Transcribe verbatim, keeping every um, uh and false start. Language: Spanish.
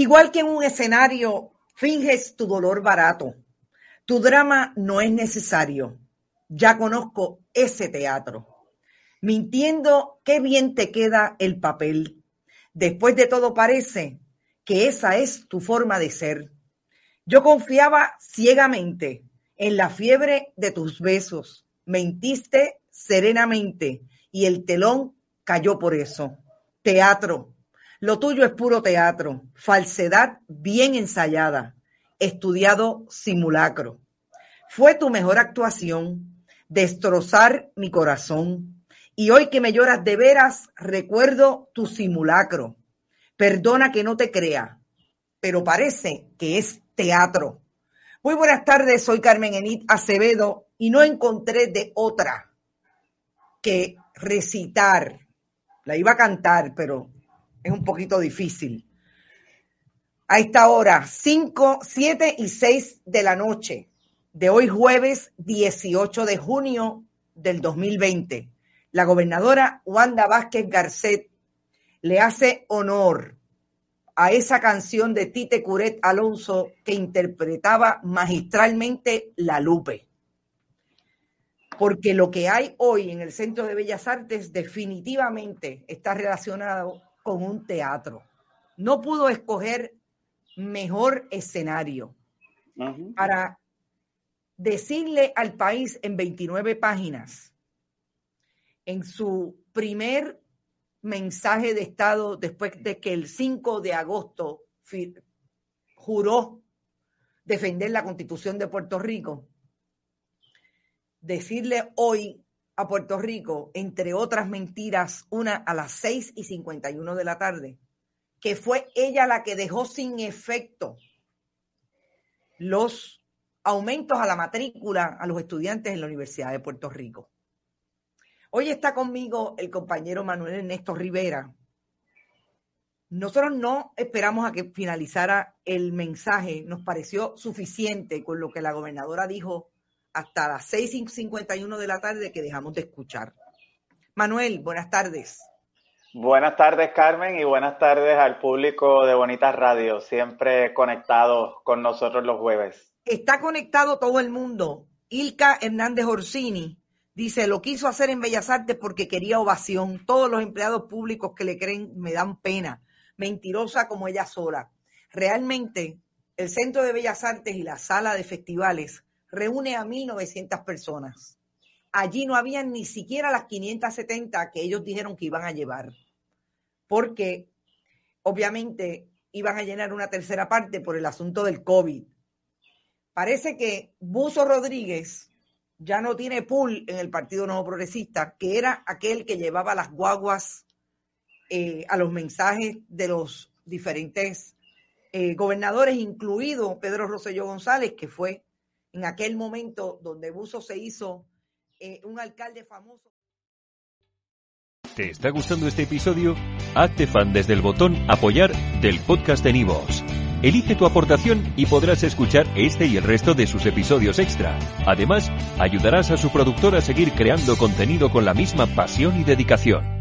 Igual que en un escenario, finges tu dolor barato. Tu drama no es necesario. Ya conozco ese teatro. Mintiendo, qué bien te queda el papel. Después de todo parece que esa es tu forma de ser. Yo confiaba ciegamente en la fiebre de tus besos. Mentiste serenamente y el telón cayó por eso. Teatro. Lo tuyo es puro teatro. Falsedad bien ensayada. Estudiado simulacro. Fue tu mejor actuación. Destrozar mi corazón. Y hoy que me lloras de veras, recuerdo tu simulacro. Perdona que no te crea, pero parece que es teatro. Muy buenas tardes, soy Carmen Enid Acevedo y no encontré de otra que recitar. La iba a cantar, pero es un poquito difícil. A esta hora, cinco, siete y seis de la noche de hoy jueves dieciocho de junio del dos mil veinte, la gobernadora Wanda Vázquez Garcet le hace honor a esa canción de Tite Curet Alonso que interpretaba magistralmente La Lupe. Porque lo que hay hoy en el Centro de Bellas Artes definitivamente está relacionado con un teatro. No pudo escoger mejor escenario uh-huh. para decirle al país en veintinueve páginas, en su primer mensaje de Estado después de que el cinco de agosto juró defender la Constitución de Puerto Rico, decirle hoy a Puerto Rico, entre otras mentiras, una a las seis y cincuenta y uno de la tarde, que fue ella la que dejó sin efecto los aumentos a la matrícula a los estudiantes en la Universidad de Puerto Rico. Hoy está conmigo el compañero Manuel Ernesto Rivera. Nosotros no esperamos a que finalizara el mensaje. Nos pareció suficiente con lo que la gobernadora dijo hasta las seis y cincuenta y uno de la tarde que dejamos de escuchar. Manuel, buenas tardes. Buenas tardes, Carmen, y buenas tardes al público de Bonitas Radio, siempre conectados con nosotros los jueves. Está conectado todo el mundo. Ilka Hernández Orsini dice, lo quiso hacer en Bellas Artes porque quería ovación. Todos los empleados públicos que le creen me dan pena. Mentirosa como ella sola. Realmente, el Centro de Bellas Artes y la Sala de Festivales reúne a mil novecientas personas. Allí no habían ni siquiera las quinientas setenta que ellos dijeron que iban a llevar. Porque, obviamente, iban a llenar una tercera parte por el asunto del COVID. Parece que Buzo Rodríguez ya no tiene pool en el Partido Nuevo Progresista, que era aquel que llevaba las guaguas eh, a los mensajes de los diferentes eh, gobernadores, incluido Pedro Rosselló González, que fue en aquel momento donde Buzo se hizo eh, un alcalde famoso. ¿Te está gustando este episodio? Hazte fan desde el botón Apoyar del podcast de Nivos. Elige tu aportación y podrás escuchar este y el resto de sus episodios extra. Además, ayudarás a su productor a seguir creando contenido con la misma pasión y dedicación.